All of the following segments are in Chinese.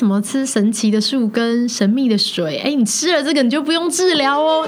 什么吃神奇的树根、神秘的水，你吃了这个你就不用治疗哦。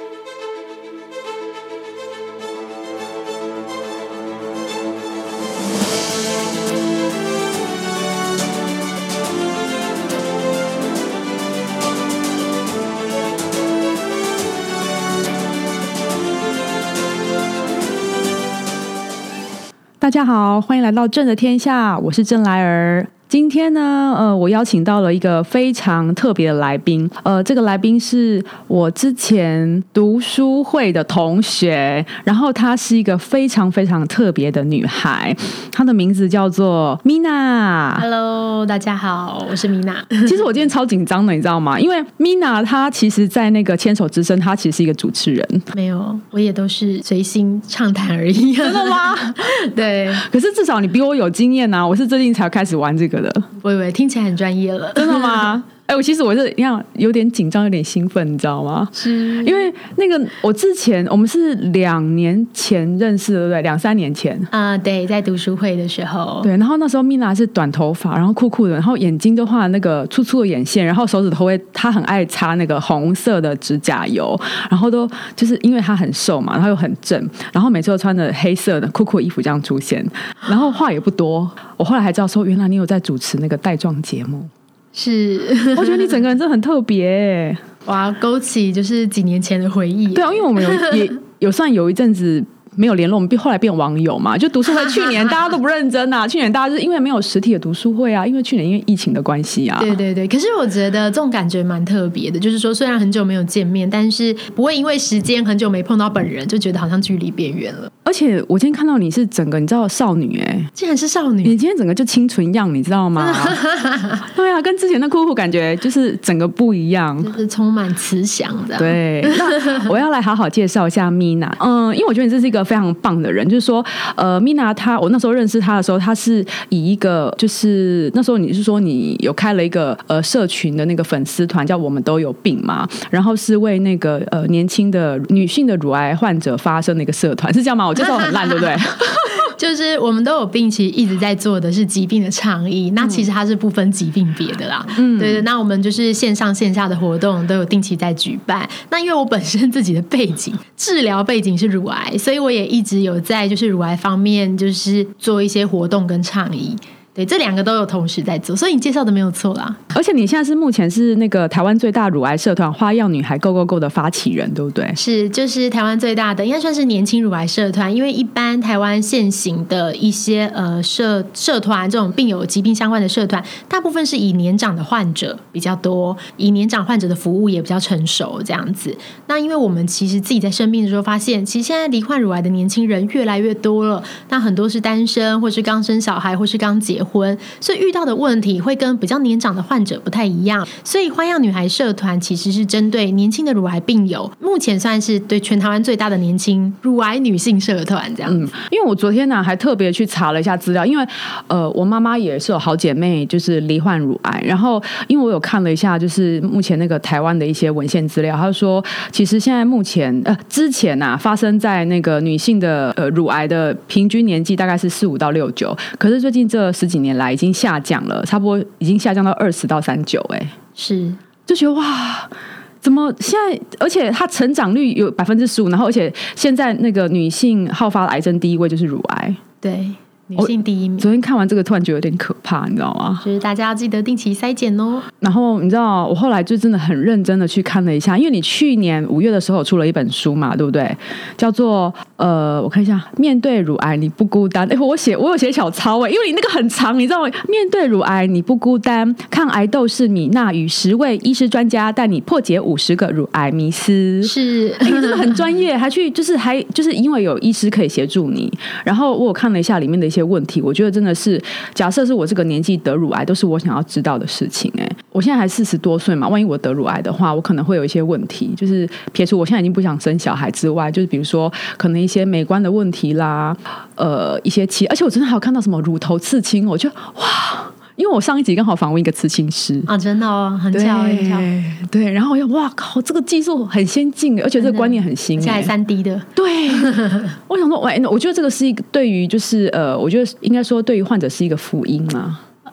大家好，欢迎来到正的天下，我是郑来儿。今天呢，我邀请到了一个非常特别的来宾，这个来宾是我之前读书会的同学，然后她是一个非常非常特别的女孩，她的名字叫做 Mina。Hello， 大家好，我是 Mina。 其实我今天超紧张的，你知道吗？因为 Mina 她其实在那个牵手之声，她其实是一个主持人。 没有，我也都是随心畅谈而已。 真的吗？ 对。 可是至少你比我有经验啊，我是最近才开始玩这个的。 我以为听起来很专业了。 真的吗？其实我是有点紧张，有点兴奋，你知道吗？ 是因为那个我们是2年前认识的，对不对？2-3年前啊，对，在读书会的时候， 对。然后那时候 Mina 是短头发，然后酷酷的，然后眼睛都画那个粗粗的眼线，然后手指头她很爱擦那个红色的指甲油，然后都就是因为她很瘦嘛，然后又很正，然后每次都穿着黑色的酷酷的衣服这样出现，然后话也不多。我后来还知道说，原来你有在主持那个带状节目。 是， 我觉得你整个人真的很特别， 哇，勾起就是几年前的回忆。 对啊，因为我们有算有一阵子没有联络，我们后来变网友嘛。就读书会去年大家都不认真啊，去年大家就是因为没有实体的读书会啊，因为去年因为疫情的关系啊。 对对对，可是我觉得这种感觉蛮特别的，就是说虽然很久没有见面，但是不会因为时间很久没碰到本人，就觉得好像距离变远了。 而且我今天看到你是整个你知道少女竟然是少女， 你今天整个就清纯样，你知道吗？对啊，跟之前的酷酷感觉就是整个不一样， 就是充满慈祥的。 对，那我要来好好介绍一下 Mina。因为我觉得你这是一个非常棒的人，就是说Mina 我那时候认识她的时候，她是以一个就是那时候你是说你有开了一个社群的那个粉丝团叫我们都有病嘛，然后是为那个年轻的女性的乳癌患者发声的一个社团，是这样吗？我介绍很烂对不对？ 就是我们都有病，其实一直在做的是疾病的倡议，那其实它是不分疾病别的啦。对的，那我们就是线上线下的活动都有定期在举办。那因为我本身自己的背景治疗背景是乳癌，所以我也一直有在就是乳癌方面就是做一些活动跟倡议。对，这2个都有同时在做，所以你介绍的没有错啦。 而且你现在目前是那个台湾最大乳癌社团花样女孩 Go Go Go 的发起人，对不对？ 是，就是台湾最大的，应该算是年轻乳癌社团。因为一般台湾现行的一些社团，这种病友疾病相关的社团，大部分是以年长的患者比较多，以年长患者的服务也比较成熟这样子。那因为我们其实自己在生病的时候发现，其实现在罹患乳癌的年轻人越来越多了，那很多是单身，或是刚生小孩，或是刚结婚，所以遇到的问题会跟比较年长的患者不太一样。所以花样女孩社团其实是针对年轻的乳癌病友，目前算是对全台湾最大的年轻乳癌女性社团这样子。 因为我昨天呢还特别去查了一下资料，因为我妈妈也是有好姐妹就是罹患乳癌，然后因为我有看了一下就是目前那个台湾的一些文献资料，她说其实现在目前之前发生在那个女性的乳癌的平均年纪大概是45到69，可是最近这10几年来已经下降了，差不多已经下降到20到39， 是就觉得哇，怎么现在？而且它成长率有15%，然后而且现在那个女性好发的癌症第一位就是乳癌， 对。女性第一名。 昨天看完这个突然觉得有点可怕，你知道吗？ 就是大家要记得定期筛检哦。 然后你知道我后来就真的很认真的去看了一下，因为你去年5月的时候出了一本书嘛，对不对？叫做我看一下，面对乳癌你不孤单。我有写小抄因为你那个很长，你知道吗？面对乳癌你不孤单，抗癌斗士米娜与10位医师专家带你破解50个乳癌迷思。 是， 你真的很专业，还就是因为有医师可以协助你。然后我有看了一下里面的一些问题，我觉得真的是，假设是我这个年纪得乳癌，都是我想要知道的事情。我现在还40多岁嘛，万一我得乳癌的话，我可能会有一些问题，就是撇除我现在已经不想生小孩之外，就是比如说可能一些美观的问题啦，一些而且我真的还有看到什么乳头刺青，我就哇。因为我上一集刚好访问一个刺青师啊，真的哦，很巧很巧。 对，然后我就哇靠，这个技术很先进，而且这个观念很新， 现在3D 的。 对，我想说，我觉得这个是一个对于就是我觉得应该说对于患者是一个福音嘛。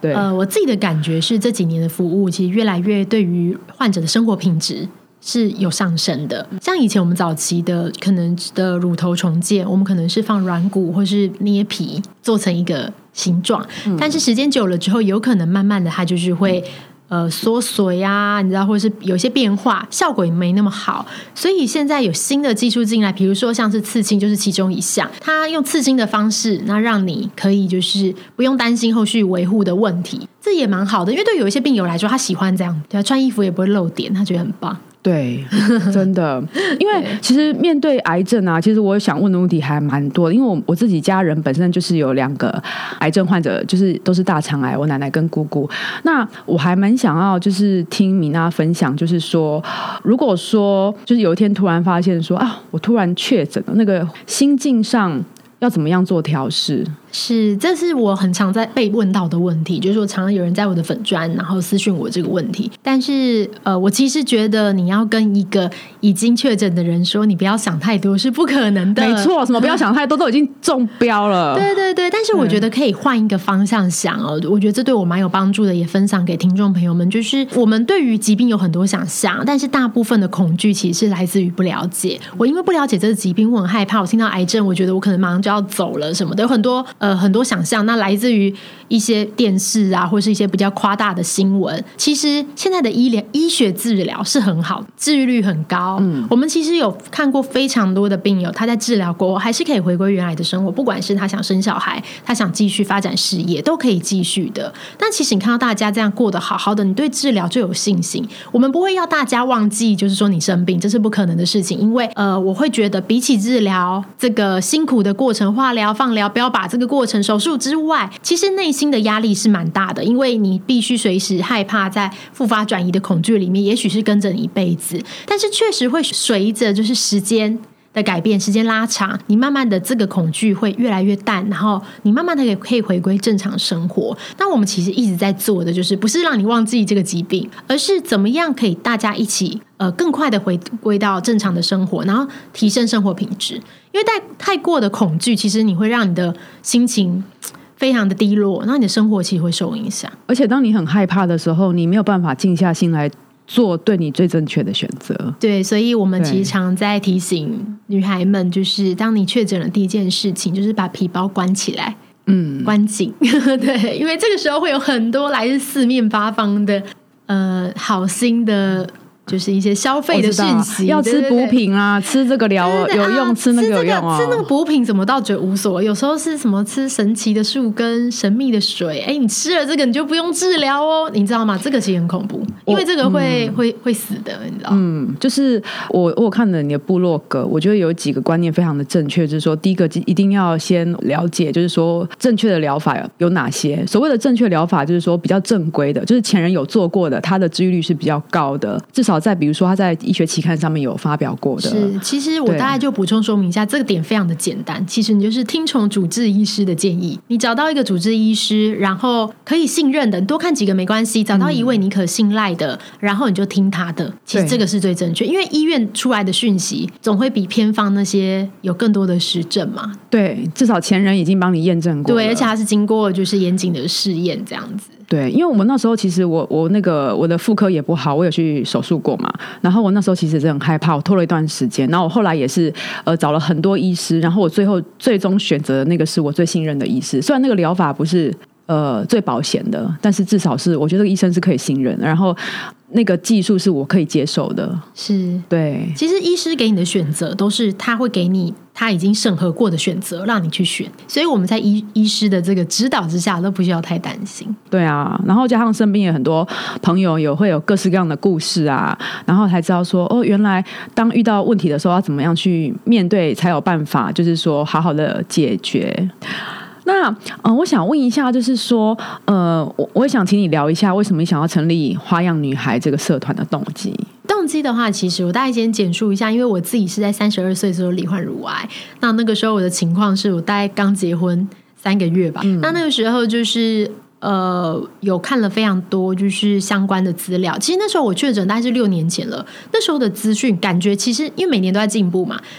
对， 我自己的感觉是这几年的服务其实越来越对于患者的生活品质是有上升的。像以前我们早期的可能的乳头重建，我们可能是放软骨或是捏皮做成一个形状，但是时间久了之后有可能慢慢的它就是会缩水啊，你知道，或者是有些变化，效果也没那么好。所以现在有新的技术进来，比如说像是刺青就是其中一项，它用刺青的方式，那让你可以就是不用担心后续维护的问题，这也蛮好的。因为对有一些病友来说，他喜欢这样，对啊，穿衣服也不会露点，他觉得很棒。 对，真的，因为其实面对癌症啊，其实我想问的问题还蛮多的，因为我自己家人本身就是有2个癌症患者，就是都是大肠癌，我奶奶跟姑姑。那我还蛮想要就是听米娜分享，就是说，如果说就是有一天突然发现说啊，我突然确诊了，那个心境上要怎么样做调试？ 是，这是我很常在被问到的问题，就是我常常有人在我的粉专然后私讯我这个问题。但是我其实觉得你要跟一个已经确诊的人说你不要想太多是不可能的。 没错，什么不要想太多都已经中标了。 对对对，但是我觉得可以换一个方向想哦，我觉得这对我蛮有帮助的，也分享给听众朋友们。就是我们对于疾病有很多想象，但是大部分的恐惧其实是来自于不了解。我因为不了解这个疾病，我很害怕，我听到癌症我觉得我可能马上就要走了什么的，有很多想象，那来自于一些电视啊，或是一些比较夸大的新闻。其实现在的医学治疗是很好，治愈率很高。我们其实有看过非常多的病友，他在治疗过后还是可以回归原来的生活，不管是他想生小孩，他想继续发展事业，都可以继续的。但其实你看到大家这样过得好好的，你对治疗就有信心。我们不会要大家忘记，就是说你生病，这是不可能的事情。因为我会觉得比起治疗这个辛苦的过程，化疗、放疗、不要把这个过程手术之外，其实内心的压力是蛮大的，因为你必须随时害怕在复发转移的恐惧里面，也许是跟着你一辈子，但是确实会随着就是时间的改变，时间拉长，你慢慢的这个恐惧会越来越淡，然后你慢慢的可以回归正常生活。那我们其实一直在做的就是不是让你忘记这个疾病，而是怎么样可以大家一起更快的回归到正常的生活，然后提升生活品质。因为太过的恐惧，其实你会让你的心情非常的低落，然后你的生活其实会受影响。 而且当你很害怕的时候，你没有办法静下心来做对你最正确的选择。对， 所以我们其实常在提醒女孩们，就是当你确诊了，第一件事情就是把皮包关起来，关紧。对，因为这个时候会有很多来自四面八方的好心的，就是一些消费的讯息， 要吃补品啊，吃这个疗有用，吃那个有用啊， 吃那个补品怎么倒觉得无所谓，有时候是什么吃神奇的树根、神秘的水，你吃了这个你就不用治疗哦，你知道吗？这个其实很恐怖，因为这个会死的，你知道？ 就是我有看了你的部落格，我觉得有几个观念非常的正确，就是说，第一个一定要先了解，就是说正确的疗法有哪些。所谓的正确疗法，就是说比较正规的，就是前人有做过的，它的治愈率是比较高的，至少在比如说他在医学期刊上面有发表过的。 是，其实我大概就补充说明一下，这个点非常的简单。其实你就是听从主治医师的建议，你找到一个主治医师，然后可以信任的，你多看几个没关系，找到一位你可信赖的，然后你就听他的。其实这个是最正确，因为医院出来的讯息总会比偏方那些有更多的实证嘛。 对，至少前人已经帮你验证过了。 对，而且他是经过就是严谨的试验这样子。 对，因为我那时候其实我的妇科也不好，我有去手术过嘛，然后我那时候其实是很害怕，我拖了一段时间，然后我后来也是找了很多医师，然后我最终选择的那个是我最信任的医师，虽然那个疗法不是最保险的，但是至少是我觉得这个医生是可以信任的，然后那个技术是我可以接受的。 是， 对， 其实医师给你的选择都是他会给你他已经审核过的选择让你去选，所以我们在医师的这个指导之下都不需要太担心。 对啊，然后加上身边有很多朋友会有各式各样的故事啊，然后才知道说原来当遇到问题的时候要怎么样去面对才有办法，就是说好好的解决。那我想问一下，就是说我也想请你聊一下为什么你想要成立花样女孩这个社团的动机。 动机的话，其实我大概先简述一下，因为我自己是在32岁的时候罹患乳癌，那个时候我的情况是我大概刚结婚3个月吧，那个时候就是有看了非常多就是相关的资料。其实那时候我确诊大概是6年前了，那时候的资讯感觉其实因为每年都在进步嘛，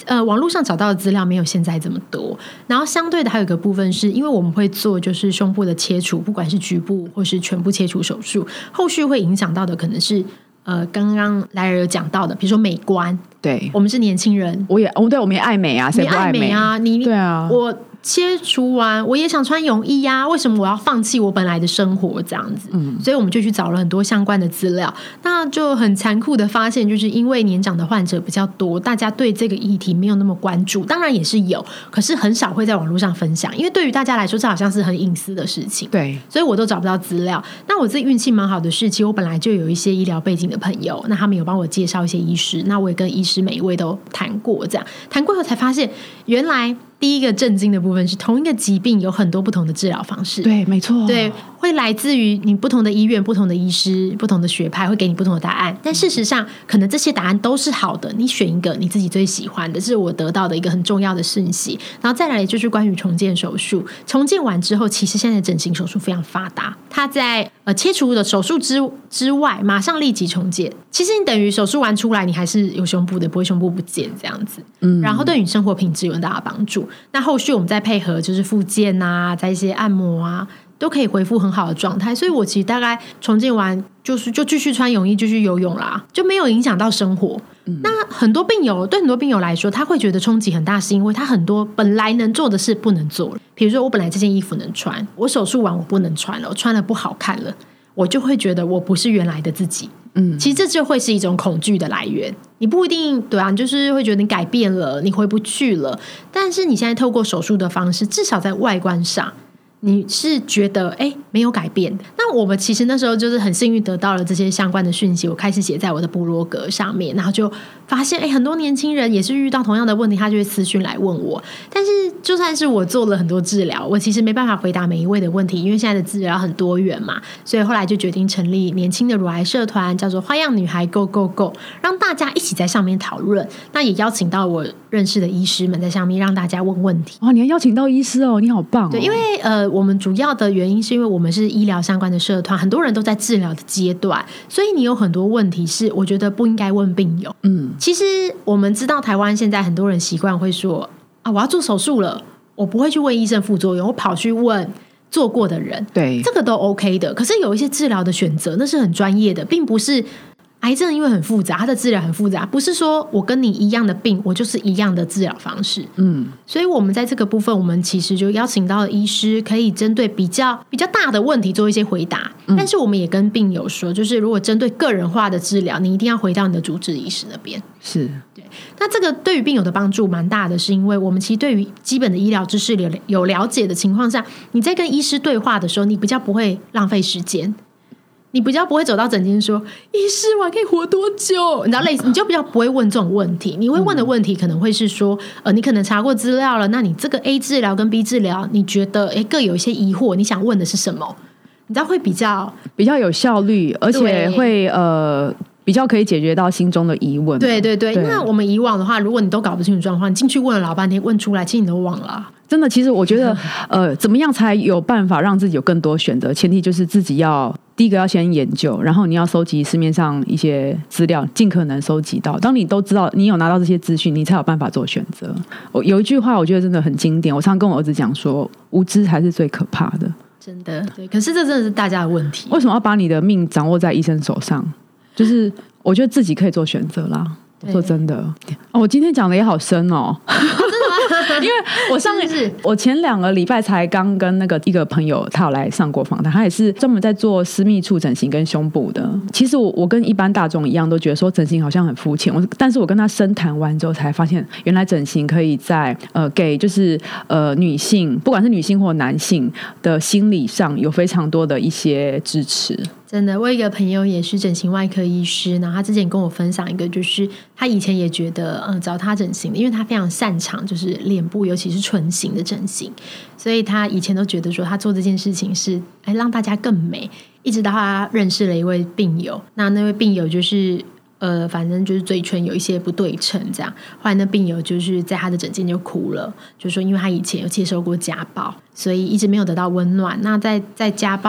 网络上找到的资料没有现在这么多，然后相对的还有一个部分是因为我们会做就是胸部的切除，不管是局部或是全部切除手术，后续会影响到的可能是刚刚莱尔有讲到的，比如说美观， 对， 我们是年轻人， 对，我们也爱美啊，谁不爱美啊？ 对啊， 我切除完我也想穿泳衣啊，为什么我要放弃我本来的生活这样子？所以我们就去找了很多相关的资料，那就很残酷的发现，就是因为年长的患者比较多，大家对这个议题没有那么关注，当然也是有，可是很少会在网络上分享，因为对于大家来说这好像是很隐私的事情， 对， 所以我都找不到资料。那我自己运气蛮好的是，其实我本来就有一些医疗背景的朋友，那他们有帮我介绍一些医师，那我也跟医师每一位都谈过，这样谈过后才发现，原来第一个震惊的部分是同一个疾病有很多不同的治疗方式， 对，没错， 对，会来自于你不同的医院、不同的医师、不同的学派会给你不同的答案，但事实上可能这些答案都是好的，你选一个你自己最喜欢的，这是我得到的一个很重要的讯息。然后再来就是关于重建手术，重建完之后其实现在的整形手术非常发达，它在切除的手术之外马上立即重建，其实你等于手术完出来你还是有胸部的，不会胸部不见这样子，然后对你生活品质有很大的帮助。那后续我们再配合就是复健啊，在一些按摩啊，都可以恢复很好的状态。所以我其实大概重建完就继续穿泳衣继续游泳啦，就没有影响到生活。那对很多病友来说，他会觉得冲击很大，是因为他很多本来能做的事不能做了。比如说我本来这件衣服能穿，我手术完我不能穿了，我穿了不好看了，我就会觉得我不是原来的自己。其实这就会是一种恐惧的来源。你不一定对啊，你就是会觉得你改变了，你回不去了，但是你现在透过手术的方式，至少在外观上你是觉得没有改变。那我们其实那时候就是很幸运得到了这些相关的讯息，我开始写在我的部落格上面，然后就发现很多年轻人也是遇到同样的问题，他就会私讯来问我。但是就算是我做了很多治疗，我其实没办法回答每一位的问题，因为现在的治疗很多元嘛，所以后来就决定成立年轻的乳癌社团，叫做花样女孩 Go Go Go， 让大家一起在上面讨论。那也邀请到我认识的医师们在上面让大家问问题。 哇，你还邀请到医师哦，你好棒哦。 对，因为我们主要的原因是因为我们是医疗相关的社团，很多人都在治疗的阶段，所以你有很多问题是我觉得不应该问病友。其实我们知道台湾现在很多人习惯会说啊，我要做手术了，我不会去问医生副作用，我跑去问做过的人， 对， 这个都 OK 的。可是有一些治疗的选择那是很专业的，并不是癌症因为很复杂，它的治疗很复杂，不是说我跟你一样的病我就是一样的治疗方式。所以我们在这个部分我们其实就邀请到了医师可以针对比较大的问题做一些回答，但是我们也跟病友说，就是如果针对个人化的治疗，你一定要回到你的主治医师那边。 是， 对，那这个对于病友的帮助蛮大的，是因为我们其实对于基本的医疗知识有了解的情况下，你在跟医师对话的时候，你比较不会浪费时间，你比较不会走到诊间说医师我还可以活多久，你知道类似，你就比较不会问这种问题。你会问的问题可能会是说你可能查过资料了，那你这个 A 治疗跟 B 治疗你觉得各有一些疑惑，你想问的是什么，你知道会比较有效率，而且会比较可以解决到心中的疑问。 对对对，那我们以往的话，如果你都搞不清楚状况，你进去问了老半天，问出来其实你都忘了。 真的，其实我觉得怎么样才有办法让自己有更多选择，前提就是自己第一个要先研究，然后你要收集市面上一些资料，尽可能收集到。当你都知道，你有拿到这些资讯，你才有办法做选择。有一句话我觉得真的很经典，我常跟我儿子讲说，无知才是最可怕的。真的， 对，可是这真的是大家的问题。 为什么要把你的命掌握在医生手上？就是我觉得自己可以做选择啦。说真的，我今天讲的也好深哦。因为我前2个礼拜才刚跟一个朋友，他有来上过访谈，他也是专门在做私密处整形跟胸部的。其实我跟一般大众一样，都觉得说整形好像很肤浅，但是我跟他深谈完之后，才发现原来整形可以在给就是女性，不管是女性或男性的心理上有非常多的一些支持。 真的，我有一个朋友也是整形外科医师，然后他之前跟我分享一个，就是他以前也觉得找他整形的，因为他非常擅长就是脸部尤其是唇形的整形，所以他以前都觉得说他做这件事情是让大家更美。一直到他认识了一位病友，那位病友就是反正就是嘴唇有一些不对称这样，后来那病友就是在他的诊间就哭了，就说因为他以前有接受过家暴，所以一直没有得到温暖，那在家暴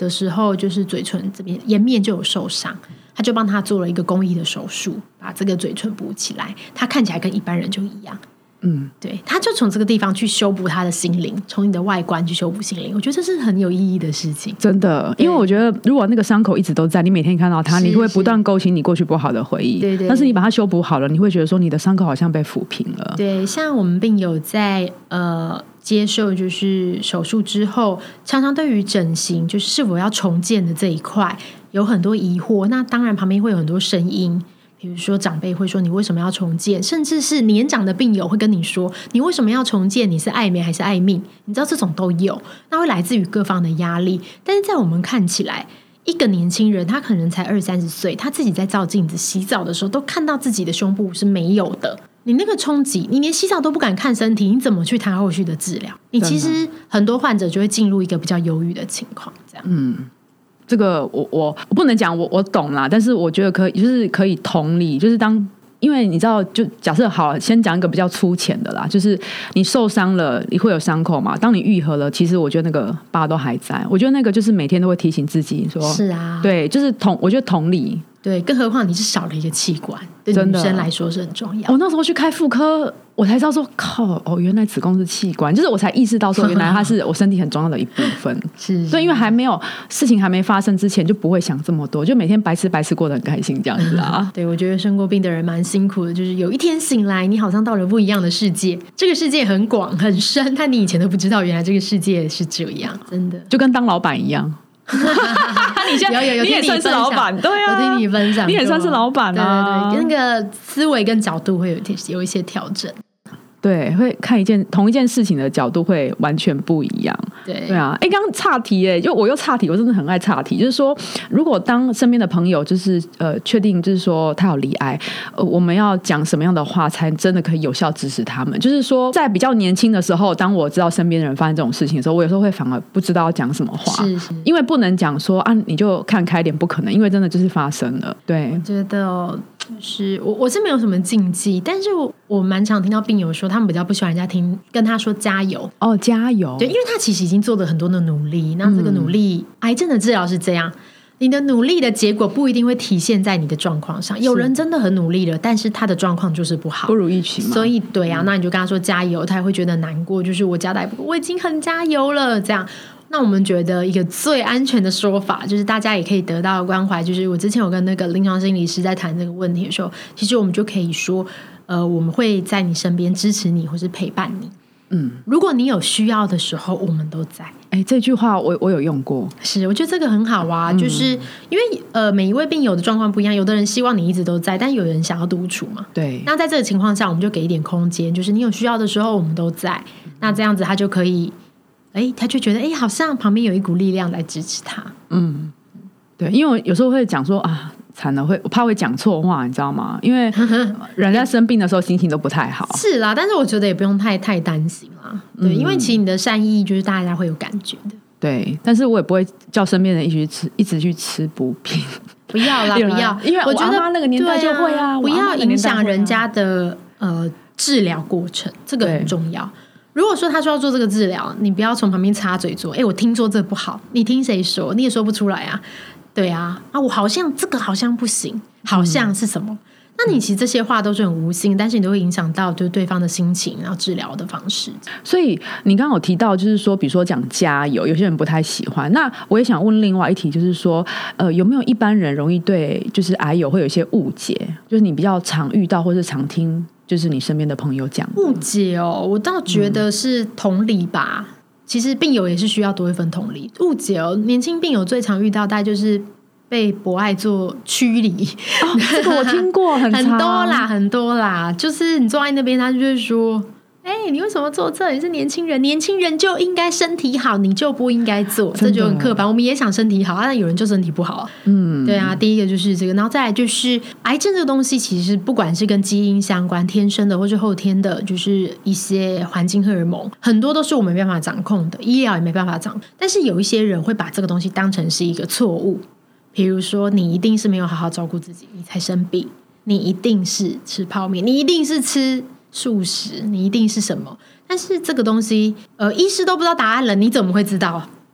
的时候，就是嘴唇这边颜面就有受伤，他就帮他做了一个公益的手术，把这个嘴唇补起来，他看起来跟一般人就一样。对，他就从这个地方去修补他的心灵，从你的外观去修补心灵，我觉得这是很有意义的事情， 真的。因为我觉得如果那个伤口一直都在，你每天看到它，你会不断勾起你过去不好的回忆。对，但是你把它修补好了，你会觉得说你的伤口好像被抚平了。 对，像我们病友在接受就是手术之后，常常对于整形就是是否要重建的这一块有很多疑惑，那当然旁边会有很多声音，比如说长辈会说你为什么要重建，甚至是年长的病友会跟你说你为什么要重建，你是爱美还是爱命，你知道这种都有，那会来自于各方的压力。但是在我们看起来，一个年轻人他可能才20-30岁，他自己在照镜子洗澡的时候都看到自己的胸部是没有的，你那个冲击，你连洗澡都不敢看身体，你怎么去谈后续的治疗？你其实很多患者就会进入一个比较忧郁的情况，这样。 这个我不能讲我懂啦，但是我觉得可以，就是可以同理，就是因为你知道，就假设好了，先讲一个比较粗浅的啦，就是你受伤了，你会有伤口嘛？当你愈合了，其实我觉得那个疤都还在。我觉得那个就是每天都会提醒自己说， 是啊， 对，就是我觉得同理。 对，更何况你是少了一个器官，对女生来说是很重要。 我那时候去开妇科，我才知道说，靠，原来子宫是器官，就是我才意识到说，原来它是我身体很重要的一部分。 是， 对，因为事情还没发生之前，就不会想这么多，就每天白吃白吃过得很开心这样子啊。 对，我觉得生过病的人蛮辛苦的，就是有一天醒来，你好像到了不一样的世界，这个世界很广很深，但你以前都不知道，原来这个世界是这样，真的就跟当老板一样。 有你也算是老板，对啊， 我听你分享， 你也算是老板啊， 对，那个思维跟角度会有一些调整。 对，会看同一件事情的角度会完全不一样。对啊，刚刚岔题就我又岔题，我真的很爱岔题。就是说，如果当身边的朋友就是确定就是说他有罹癌，我们要讲什么样的话才真的可以有效支持他们？就是说，在比较年轻的时候，当我知道身边的人发生这种事情的时候，我有时候会反而不知道要讲什么话， 是因为不能讲说啊，你就看开点，不可能，因为真的就是发生了。对， 我觉得是我是没有什么禁忌，但是我蛮常听到病友说，他们比较不喜欢人家跟他说加油哦，加油， 对，因为他其实已经做了很多的努力，那这个努力，癌症的治疗是这样，你的努力的结果不一定会体现在你的状况上，有人真的很努力了，但是他的状况就是不好， 不如预期嘛， 所以对啊，那你就跟他说加油，他也会觉得难过，就是我加的还不够，我已经很加油了，这样。那我们觉得一个最安全的说法，就是大家也可以得到关怀，就是我之前有跟那个临床心理师在谈这个问题的时候，其实我们就可以说我们会在你身边支持你或是陪伴你，如果你有需要的时候我们都在。 这句话我有用过， 是我觉得这个很好啊，就是因为每一位病友的状况不一样，有的人希望你一直都在，但有人想要独处嘛， 对， 那在这个情况下我们就给一点空间，就是你有需要的时候我们都在，那这样子他就可以他就觉得好像旁边有一股力量来支持他。 对，因为我有时候会讲说啊，惨了，我怕会讲错话，你知道吗？因为人在生病的时候心情都不太好。 是啦，但是我觉得也不用太担心啦。对，因为其实你的善意就是大家会有感觉的。 对，但是我也不会叫身边人一直去吃补品。 不要啦，不要， 因为我觉得那个年代就会啊， 不要影响人家的治疗过程，这个很重要。如果说他说要做这个治疗，你不要从旁边插嘴说我听说这不好，你听谁说？你也说不出来啊。对啊，我好像这个好像不行，好像是什么？那你其实这些话都是很无心，但是你都会影响到就是对方的心情，然后治疗的方式。 所以你刚刚有提到，就是说，比如说讲加油，有些人不太喜欢。那我也想问另外一题，就是说，有没有一般人容易对就是癌友会有一些误解？就是你比较常遇到或是常听，就是你身边的朋友讲误解哦，我倒觉得是同理吧。其实病友也是需要多一份同理。误解哦，年轻病友最常遇到大概就是被博爱做驱离， 这个我听过很多啦，就是你坐在那边，他就会说你为什么做这？你是年轻人，年轻人就应该身体好，你就不应该做，这就很刻板。我们也想身体好，但有人就身体不好。对啊，第一个就是这个，然后再来就是癌症这个东西，其实不管是跟基因相关、天生的或是后天的，就是一些环境荷尔蒙，很多都是我们没办法掌控的，医疗也没办法掌控。但是有一些人会把这个东西当成是一个错误，比如说你一定是没有好好照顾自己，你才生病；你一定是吃泡面，你一定是吃素食，你一定是什么？但是这个东西医师都不知道答案了，你怎么会知道？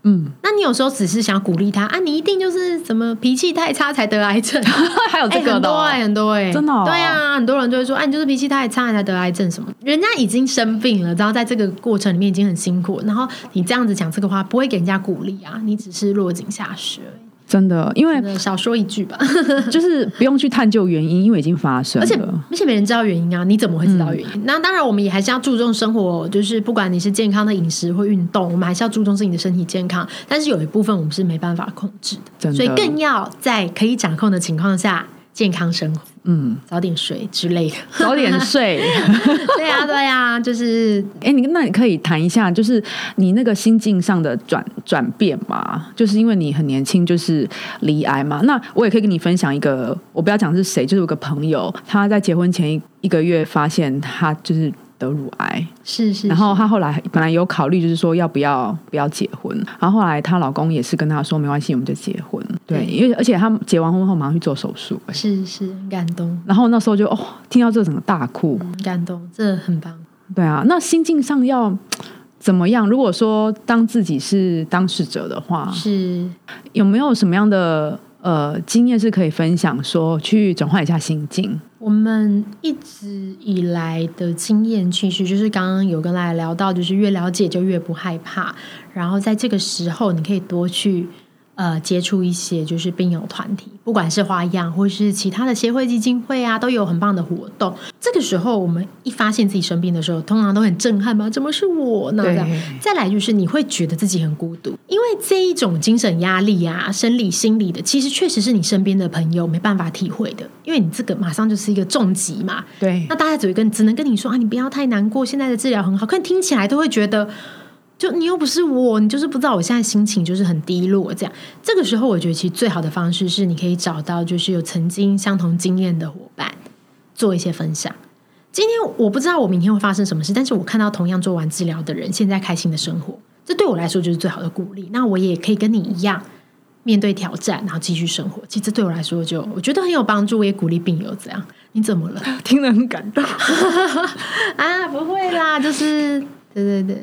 那你有时候只是想鼓励他啊，你一定就是怎么脾气太差才得癌症， 还有这个的、 很多真的、 对啊，很多人就会说，你就是脾气太差才得癌症什么，人家已经生病了，然后在这个过程里面已经很辛苦，然后你这样子讲这个话，不会给人家鼓励啊，你只是落井下石而已。 真的，因为少说一句吧， 就是不用去探究原因，因为已经发生了， 而且没人知道原因啊，你怎么会知道原因？那当然，我们也还是要注重生活，就是不管你是健康的饮食或运动，我们还是要注重自己的身体健康。但是有一部分我们是没办法控制的，所以更要在可以掌控的情况下健康生活。早点睡之类的， 早点睡。 对啊，就是那你可以谈一下，就是你那个心境上的转变嘛？就是因为你很年轻，就是罹癌嘛。那我也可以跟你分享一个，我不要讲是谁，就是有个朋友，他在结婚前一个月发现他就是得乳癌， 是， 然后她后来本来有考虑，就是说要不要结婚，然后后来她老公也是跟她说没关系，我们就结婚。对，因为而且她结完婚后马上去做手术， 是很感动。 然后那时候就听到这整个大哭， 很感动，这很棒。 对啊，那心境上要怎么样？如果说当自己是当事者的话， 是有没有什么样的经验是可以分享，说去转换一下心境？ 我们一直以来的经验其实就是刚刚有跟大家聊到，就是越了解就越不害怕，然后在这个时候你可以多去接触一些就是病友团体，不管是花样或是其他的协会基金会啊，都有很棒的活动。这个时候我们一发现自己生病的时候，通常都很震撼嘛，怎么是我呢？再来就是你会觉得自己很孤独，因为这一种精神压力啊，生理心理的，其实确实是你身边的朋友没办法体会的，因为你这个马上就是一个重疾嘛。 对， 那大家只能跟你说啊，你不要太难过，现在的治疗很好，可你听起来都会觉得就你又不是我，你就是不知道我现在心情就是很低落这样。这个时候我觉得其实最好的方式是你可以找到就是有曾经相同经验的伙伴做一些分享。今天我不知道我明天会发生什么事，但是我看到同样做完治疗的人现在开心的生活，这对我来说就是最好的鼓励。那我也可以跟你一样面对挑战，然后继续生活。其实这对我来说我觉得很有帮助，我也鼓励病友这样。你怎么了？ 听得很感动啊，不会啦，就是对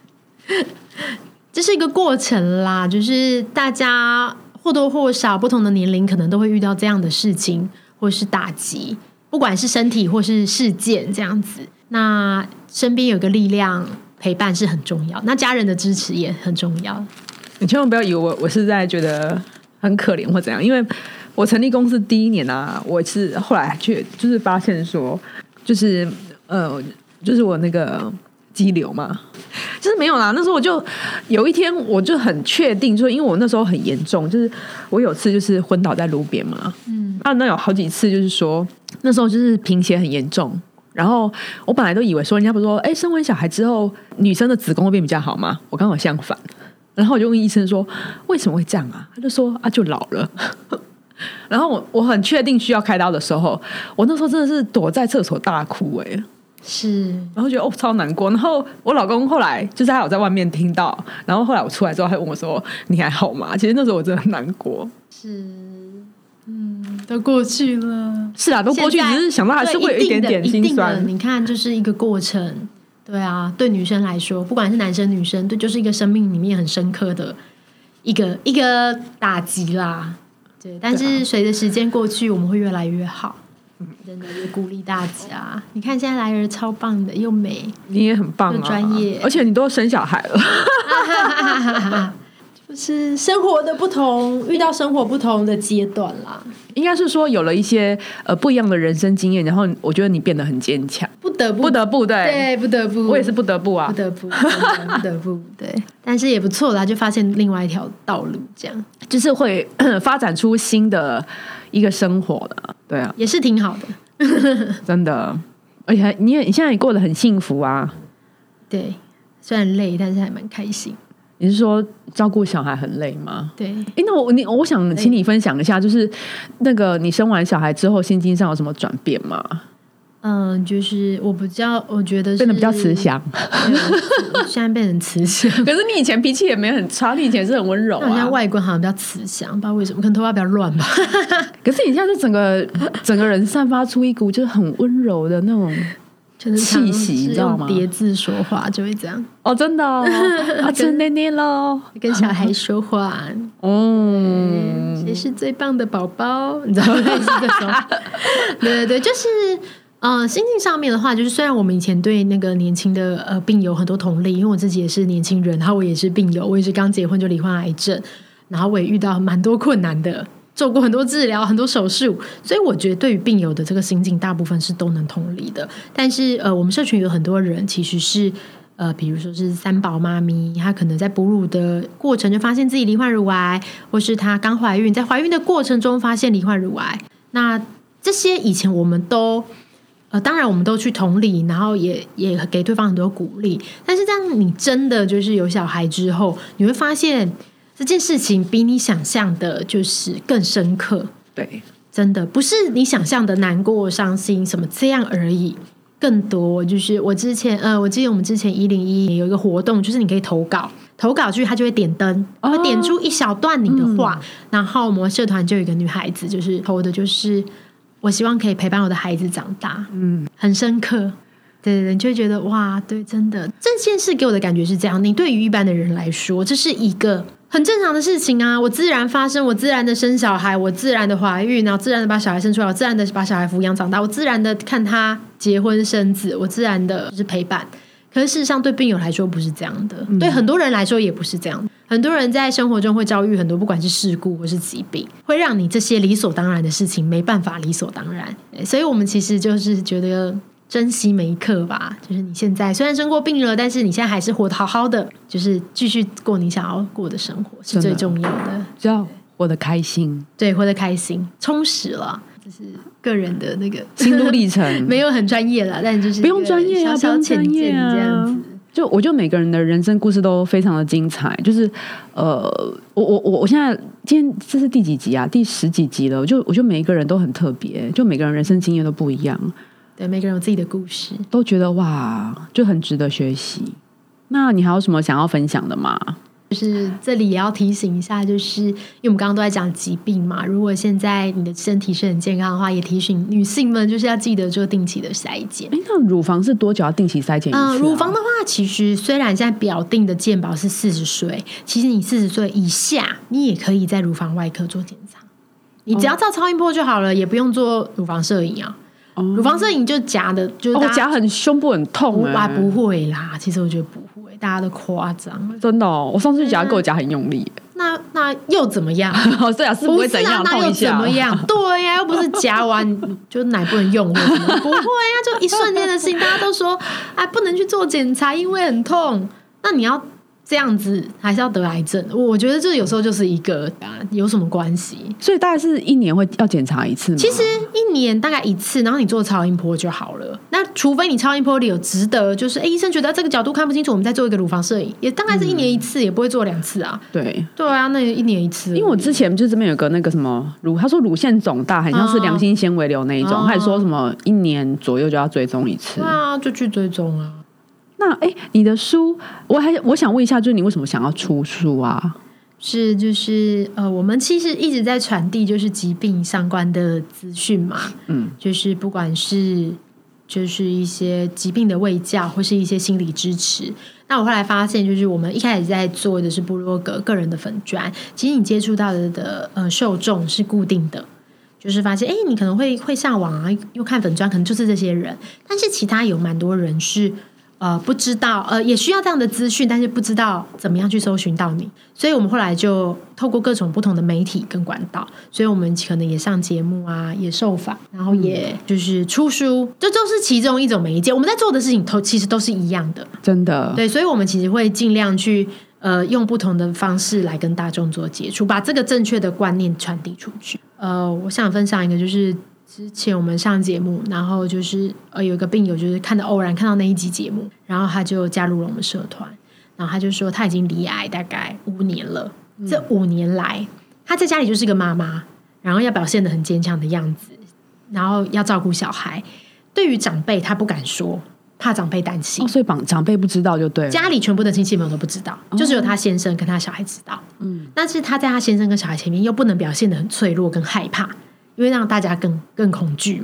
这是一个过程啦，就是大家或多或少不同的年龄可能都会遇到这样的事情或是打击，不管是身体或是事件这样子。那身边有个力量陪伴是很重要，那家人的支持也很重要。 你千万不要以为我是在觉得很可怜或怎样，因为我成立公司第一年啊，我是后来就是发现说，就是我那个肌瘤嘛，就是没有啦。那时候我就有一天我就很确定，就是因为我那时候很严重，就是我有次就是昏倒在路边嘛，那有好几次就是说那时候就是贫血很严重，然后我本来都以为说人家不是说生完小孩之后女生的子宫会变比较好吗？我刚好相反，然后我就问医生说为什么会这样啊？他就说就老了。然后我很确定需要开刀的时候，我那时候真的是躲在厕所大哭是， 然后觉得超难过。然后我老公后来就是他有在外面听到，然后后来我出来之后，他问我说：“你还好吗？”其实那时候我真的很难过。 是，都过去了。 是啊，都过去，只是想到还是会有一点点心酸。 你看，就是一个过程。对啊，对女生来说，不管是男生女生，对，就是一个生命里面很深刻的一个打击啦。对，但是随着时间过去，我们会越来越好。真的也鼓励大家。你看现在来人超棒的，又美， 你也很棒啊， 又专业， 而且你都生小孩了。 就是生活的不同，遇到生活不同的阶段啦。 应该是说有了一些不一样的人生经验，然后我觉得你变得很坚强。不得不， 对，不得不， 我也是不得不啊， 不得不对。但是也不错啦，就发现另外一条道路，这样就是会发展出新的一个生活的，对啊， 也是挺好的， 真的。而且你现在也过得很幸福啊。 对，虽然累，但是还蛮开心。 你是说照顾小孩很累吗？ 对。 那我想请你分享一下，就是那个你生完小孩之后心境上有什么转变吗？ 就是我觉得是变得比较慈祥， 现在变成慈祥。 可是你以前脾气也没很差，你以前是很温柔啊。 现在外观好像比较慈祥，不知道为什么，可能头发比较乱吧。 可是你现在是整个人散发出一股就是很温柔的那种气息，你知道吗？ 用叠字说话就会这样哦，真的哦，吃奶奶咯， 跟小孩说话哦，谁是最棒的宝宝？你知道吗？类似这种，对，就是心境上面的话，就是虽然我们以前对那个年轻的病友很多同理，因为我自己也是年轻人，然后我也是病友，我也是刚结婚就罹患癌症，然后我也遇到蛮多困难的。做过很多治疗很多手术，所以我觉得对于病友的这个心境大部分是都能同理的。但是我们社群有很多人其实是比如说是三宝妈咪，她可能在哺乳的过程就发现自己罹患乳癌，或是她刚怀孕，在怀孕的过程中发现罹患乳癌。那这些以前我们都当然我们都去同理，然后也给对方很多鼓励。但是这样你真的就是有小孩之后，你会发现这件事情比你想象的就是更深刻。 对， 真的不是你想象的难过伤心什么这样而已，更多就是我之前我记得我们之前101有一个活动，就是你可以投稿去，他就会点灯，会点出一小段你的话，然后我们社团就有一个女孩子就是投的就是我希望可以陪伴我的孩子长大，很深刻。对，你就会觉得哇，对，真的这件事给我的感觉是这样。你对于一般的人来说，这是一个很正常的事情啊，我自然发生，我自然的生小孩，我自然的怀孕，然后自然的把小孩生出来，我自然的把小孩抚养长大，我自然的看他结婚生子，我自然的就是陪伴。可是事实上对病友来说不是这样的，对很多人来说也不是这样的。很多人在生活中会遭遇很多不管是事故或是疾病，会让你这些理所当然的事情没办法理所当然。所以我们其实就是觉得珍惜每一刻吧，就是你现在虽然生过病了，但是你现在还是活得好好的，就是继续过你想要过的生活是最重要的， 只要活得开心， 对，活得开心充实了，就是个人的那个心路历程没有很专业啦，但就是不用专业啊， 小小浅见这样子。 就我觉得每个人的人生故事都非常的精彩，就是我现在今天这是第几集啊？第10几集了。我觉得每一个人都很特别，就每个人人生经验都不一样， 对，每个人有自己的故事， 都觉得哇，就很值得学习。那你还有什么想要分享的吗？ 就是这里也要提醒一下，就是因为我们刚刚都在讲疾病嘛，如果现在你的身体是很健康的话，也提醒女性们就是要记得做定期的筛检。 那乳房是多久要定期筛检一次乳房的话，其实虽然现在表定的健保是40岁，其实你40岁以下，你也可以在乳房外科做检查，你只要照超音波就好了，也不用做乳房摄影啊。乳房摄影就夹的，就是夹很胸部很痛不会啦，其实我觉得不会，大家都夸张， 真的我上次夹给我夹很用力， 那又怎么样？ 对啊，是不会怎样， 那又怎么样？对呀，又不是夹完就奶不能用或什么，不会啊，就一瞬间的事情，大家都说不能去做检查，因为很痛，那你要这样子还是要得癌症？我觉得这有时候就是一个有什么关系？ 所以大概是1年会要检查一次吗？ 其实1年大概1次，然后你做超音波就好了。那除非你超音波里有值得，就是医生觉得这个角度看不清楚，我们再做一个乳房摄影，也大概是1年1次，也不会做2次啊。 对啊，那1年1次。 因为我之前就这边有个那个什么他说乳腺肿大，很像是良性纤维瘤那一种，还说什么1年左右就要追踪一次。 对啊，就去追踪啊。 那你的书，我想问一下，就是你为什么想要出书啊？ 就是我们其实一直在传递就是疾病相关的资讯嘛，就是不管是就是一些疾病的卫教，或是一些心理支持。那我后来发现，就是我们一开始在做的是部落格个人的粉专，其实你接触到的受众是固定的。就是发现你可能会上网啊，又看粉专，可能就是这些人，但是其他有蛮多人是不知道也需要这样的资讯，但是不知道怎么样去搜寻到你，所以我们后来就透过各种不同的媒体跟管道，所以我们可能也上节目啊，也受访，然后也就是出书，这就是其中一种媒介。我们在做的事情其实都是一样的， 真的。对， 所以我们其实会尽量去用不同的方式来跟大众做接触，把这个正确的观念传递出去。我想分享一个，就是之前我们上节目，然后就是有一个病友就是偶然看到那一集节目，然后他就加入了我们社团，然后他就说他已经罹癌大概5年了，这5年来他在家里就是个妈妈，然后要表现得很坚强的样子，然后要照顾小孩，对于长辈他不敢说，怕长辈担心， 所以长辈不知道就对了， 家里全部的亲戚们都不知道，就只有他先生跟他小孩知道。但是他在他先生跟小孩前面又不能表现得很脆弱跟害怕，因为让大家更恐惧嘛。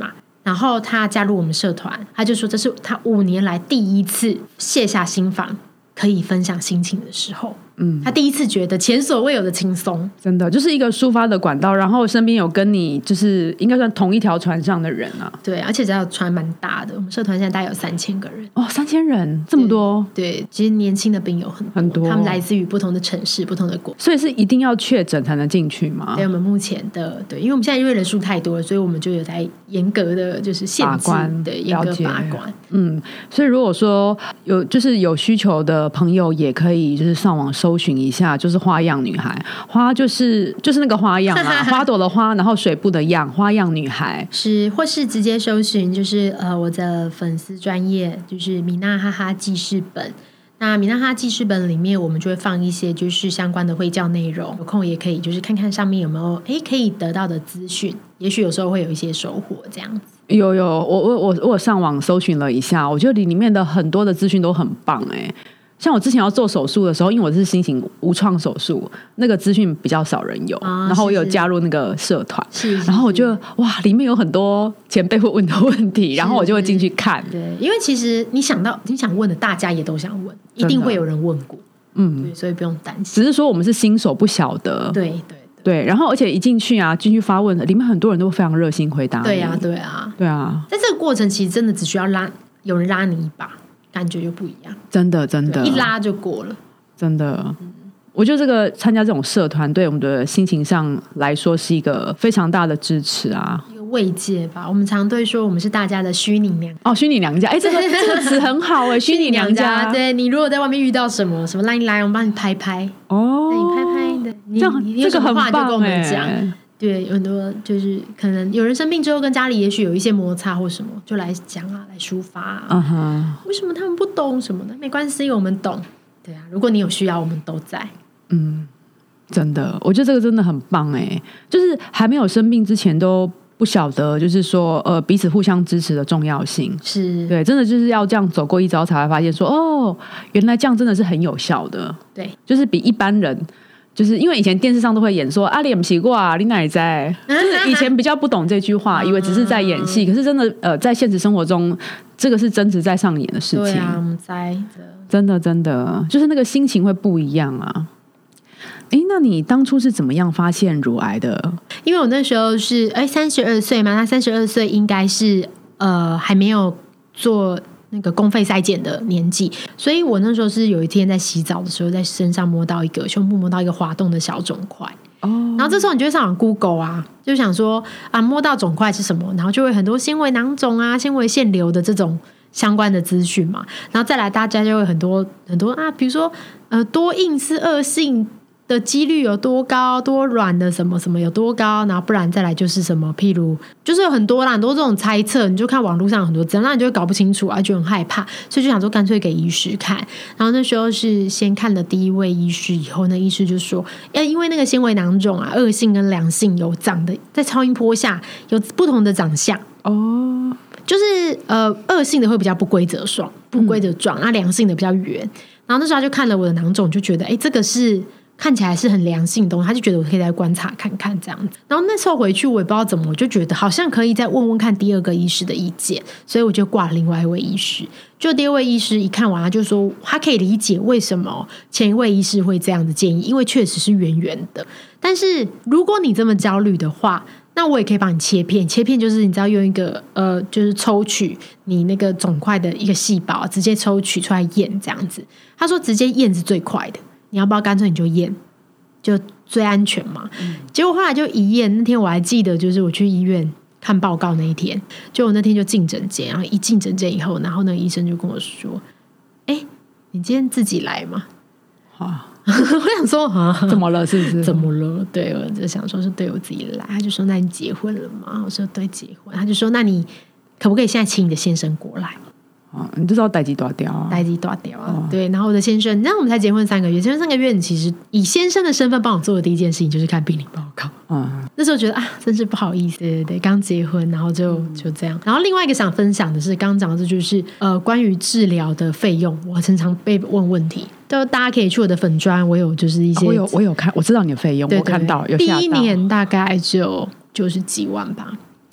然后他加入我们社团，他就说这是他5年来第一次卸下心防，可以分享心情的时候。他第一次觉得前所未有的轻松， 真的就是一个抒发的管道，然后身边有跟你就是应该算同一条船上的人啊。 对，而且这条船蛮大的，我们社团现在大概有3000个人。 哦，3000人这么多？ 对，其实年轻的病友很多，他们来自于不同的城市、不同的国， 所以是一定要确诊才能进去吗？ 对，我们目前的对，因为我们现在因为人数太多了，所以我们就有在严格的就是限制，对，严格把关。 所以如果说有需求的朋友，也可以就是上网搜寻一下。就是花样女孩，花就是那个花样啊，花朵的花，然后水部的样，花样女孩是，或是直接搜寻就是我的粉丝专页，就是米娜哈哈记事本。那米娜哈哈记事本里面，我们就会放一些就是相关的卫教内容，有空也可以就是看看上面有没有可以得到的资讯，也许有时候会有一些收获这样子。 有，我上网搜寻了一下，我觉得里面的很多的资讯都很棒像我之前要做手术的时候，因为我是新型无创手术，那个资讯比较少人有，然后我有加入那个社团，然后我就哇，里面有很多前辈会问的问题，然后我就会进去看。 对，因为其实你想问的，大家也都想问，一定会有人问过，对，所以不用担心。 只是说我们是新手，不晓得，对，然后而且一进去啊，进去发问的，里面很多人都非常热心回答你。 对啊，在这个过程其实真的只需要有人拉你一把，感觉就不一样，真的一拉就过了，真的。 我觉得这个参加这种社团对我们的心情上来说是一个非常大的支持啊， 一个慰藉吧。我们常对说我们是大家的虚拟娘家，虚拟娘家，这个词很好虚拟娘家。 对，你如果在外面遇到什么来我们帮你拍拍你拍拍的，你有什么话就跟我们讲。对，有很多就是可能有人生病之后跟家里也许有一些摩擦或什么，就来讲来抒发为什么他们不懂什么的，没关系，我们懂。对啊，如果你有需要，我们都在。 真的，我觉得这个真的很棒就是还没有生病之前都不晓得，就是说彼此互相支持的重要性。 是， 对，真的就是要这样走过一遭才会发现说原来这样真的是很有效的。 对， 就是比一般人。就是因为以前电视上都会演说你不习惯你哪里在，就是以前比较不懂这句话，以为只是在演戏，可是真的在现实生活中这个是真实在上演的事情。对啊，我们在真的就是那个心情会不一样啊。那你当初是怎么样发现乳癌的？ 因为我那时候是32岁嘛，那32岁应该是还没有做那个公费筛检的年纪，所以我那时候是有一天在洗澡的时候，在身上摸到胸部摸到一个滑动的小肿块然后这时候你就会上网 Google 就想说摸到肿块是什么，然后就会很多纤维囊肿纤维腺瘤的这种相关的资讯嘛，然后再来大家就会很多比如说多硬是恶性的几率有多高，多软的什么什么有多高，然后不然再来就是什么，譬如就是有很多这种猜测，你就看网络上有很多资料，那你就会搞不清楚就很害怕，所以就想说干脆给医师看。然后那时候是先看了第一位医师，以后那医师就说因为那个纤维囊肿恶性跟良性有长的，在超音波下有不同的长相就是恶性的会比较不规则状，那良性的比较圆。然后那时候他就看了我的囊肿，就觉得这个是看起来是很良性的东西，他就觉得我可以再观察看看这样子。然后那时候回去我也不知道怎么，我就觉得好像可以再问问看第二个医师的意见，所以我就挂了另外一位医师。就第二位医师一看完，他就说他可以理解为什么前一位医师会这样的建议，因为确实是圆圆的。但是如果你这么焦虑的话，那我也可以帮你切片就是你知道用一个就是抽取你那个肿块的一个细胞，直接抽取出来验这样子。他说直接验是最快的，你要不要干脆你就验，就最安全嘛。结果后来就一验，那天我还记得，就是我去医院看报告那一天，就我那天就进诊间，然后一进诊间以后，然后那个医生就跟我说：“你今天自己来吗？”我想说怎么了？是不是？ 怎么了？对，我就想说是对我自己来。他就说：“那你结婚了吗？”我说：“对，结婚。”他就说：“那你可不可以现在请你的先生过来？” 你就知道代际大掉对。然后我的先生，你知道我们才结婚3个月，结婚3个月，你其实以先生的身份帮我做的第一件事情就是看病理报告。那时候觉得真是不好意思，对，刚结婚，然后就这样。然后另外一个想分享的是，刚刚讲的这就是关于治疗的费用，我常常被问问题，就大家可以去我的粉专，我有就是一些， 我有看，我知道你的费用，我看到有下到， 第一年大概就90几万吧。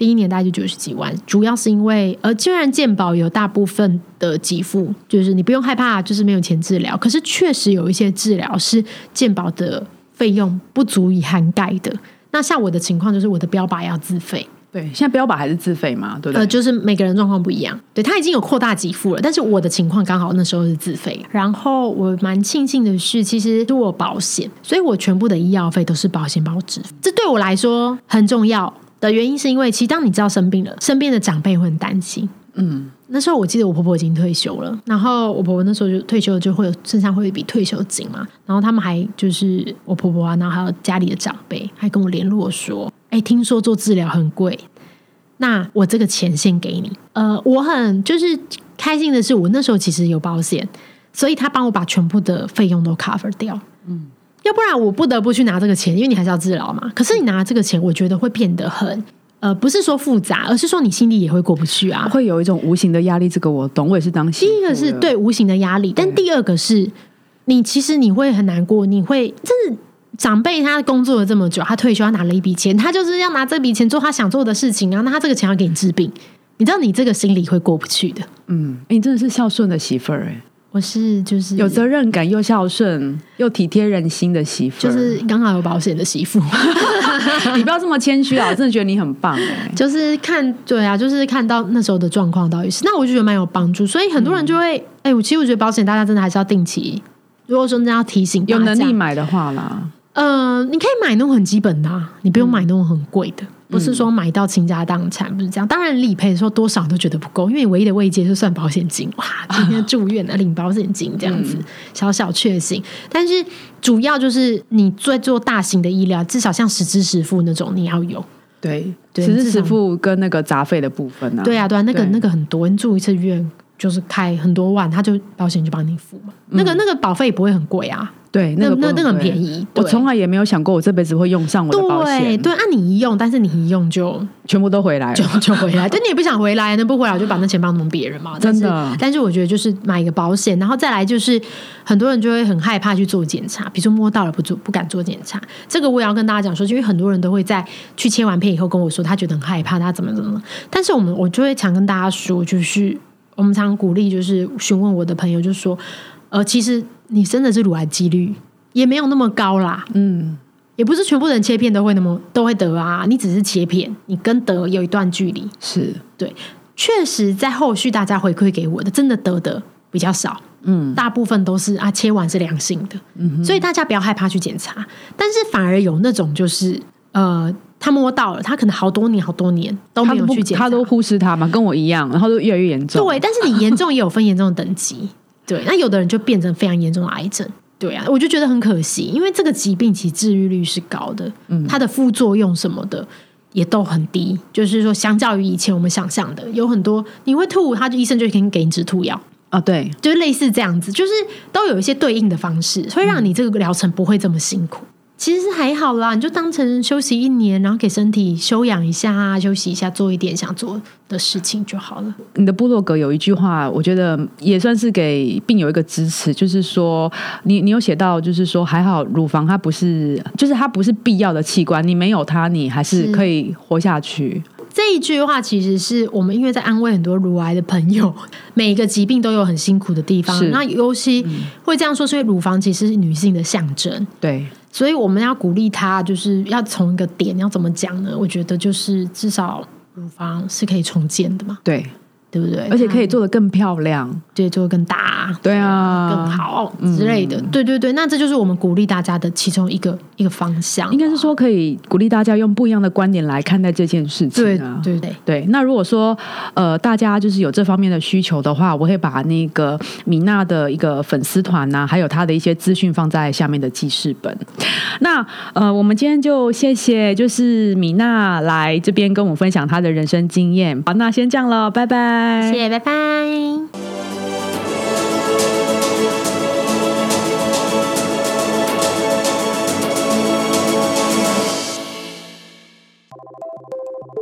第一年大概就90几万，主要是因为虽然健保有大部分的给付，就是你不用害怕就是没有钱治疗，可是确实有一些治疗是健保的费用不足以涵盖的。那像我的情况就是我的标靶要自费。 对，现在标靶还是自费嘛，对不对？ 就是每个人状况不一样。对，他已经有扩大给付了，但是我的情况刚好那时候是自费。然后我蛮庆幸的是，其实我有保险，所以我全部的医药费都是保险帮我支付。这对我来说很重要的原因是因为，其实当你知道生病了，身边的长辈会很担心。那时候我记得我婆婆已经退休了，然后我婆婆那时候就退休了，就会有身上会有一笔退休金嘛，然后他们还就是我婆婆啊，然后还有家里的长辈还跟我联络说，听说做治疗很贵，那我这个钱先给你。我很就是开心的是，我那时候其实有保险，所以他帮我把全部的费用都 cover 掉。要不然我不得不去拿这个钱，因为你还是要治疗嘛。可是你拿这个钱，我觉得会变得很不是说复杂，而是说你心里也会过不去啊， 会有一种无形的压力。这个我懂，我也是当媳妇。 第一个是对无形的压力，但第二个是其实你会很难过，你会就是长辈他工作了这么久，他退休，他拿了一笔钱，他就是要拿这笔钱做他想做的事情啊。那他这个钱要给你治病，你知道你这个心里会过不去的。 你真的是孝顺的媳妇儿我是就是有责任感又孝顺又体贴人心的媳妇， 就是刚好有保险的媳妇。 你不要这么谦虚啊，我真的觉得你很棒就是对啊，就是看到那时候的状况到底是，那我就觉得蛮有帮助，所以很多人就会其实我觉得保险大家真的还是要定期，如果说真的要提醒大家， 有能力买的话啦， 你可以买那种很基本的你不用买那种很贵的。不是说买到倾家荡产，不是这样。当然理赔的时候多少都觉得不够，因为你唯一的慰藉就算保险金，哇，今天住院领保险金这样子，小小确幸。但是主要就是你在做大型的医疗，至少像实支实付那种你要有。 对，实支实付跟那个杂费的部分啊。 对啊，那个很多，你住一次院就是开很多万，他就保险就帮你付嘛。那个保费不会很贵啊。 对，那个很便宜。 我从来也没有想过我这辈子会用上我的保险。 对，你一用，但是你一用就全部都回来了， 就回来。对，你也不想回来，那不回来我就把那钱帮忙别人嘛。 真的。 但是我觉得就是买一个保险，然后再来就是很多人就会很害怕去做检查，比如说摸到了不敢做检查。这个我也要跟大家讲说，因为很多人都会在去切完片以后跟我说，他觉得很害怕，他怎么。但是我就会常跟大家说，就是我们常鼓励，就是询问我的朋友，就说其实你真的是乳癌几率也没有那么高啦，也不是全部人切片都会得啊，你只是切片，你跟得有一段距离， 是对， 确实在后续大家回馈给我的，真的得的比较少，大部分都是切完是良性的，所以大家不要害怕去检查，但是反而有那种就是他摸到了，他可能好多年都没有去检查， 他都忽视他嘛，跟我一样，然后都越来越严重， 对，但是你严重也有分严重的等级，对，那有的人就变成非常严重的癌症。对啊，我就觉得很可惜，因为这个疾病其实治愈率是高的，它的副作用什么的也都很低，就是说相较于以前我们想象的，有很多你会吐，医生就可以给你止吐药对， 就是类似这样子，就是都有一些对应的方式，会让你这个疗程不会这么辛苦。其实还好啦，你就当成休息1年，然后给身体休养一下，休息一下，做一点想做的事情就好了。 你的部落格有一句话，我觉得也算是给病友一个支持，就是说你有写到，就是说还好乳房它不是必要的器官，你没有它，你还是可以活下去。 这一句话其实是我们因为在安慰很多乳癌的朋友，每一个疾病都有很辛苦的地方，那尤其会这样说，是因为乳房其实是女性的象征， 对， 所以我们要鼓励她，就是要从一个点要怎么讲呢？我觉得就是至少乳房是可以重建的嘛，对不对？ 而且可以做得更漂亮， 对，做得更大， 对啊， 更好之类的，对，那这就是我们鼓励大家的其中一个方向， 应该是说可以鼓励大家用不一样的观点来看待这件事情啊。对。那如果说大家就是有这方面的需求的话，我会把那个米娜的一个粉丝团啊，还有她的一些资讯放在下面的记事本。那我们今天就谢谢就是米娜来这边跟我们分享她的人生经验。好，那先这样了，拜拜。 谢谢，拜拜。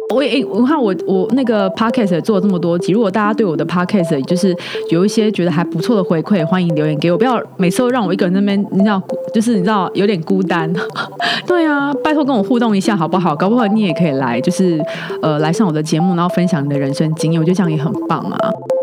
我看我那个 podcast 也做了这么多集，如果大家对我的 podcast 就是有一些觉得还不错的回馈，欢迎留言给我，不要每次都让我一个人那边你知道有点孤单。对啊，拜托跟我互动一下好不好？搞不好你也可以来，就是来上我的节目，然后分享你的人生经验，我觉得这样也很棒啊。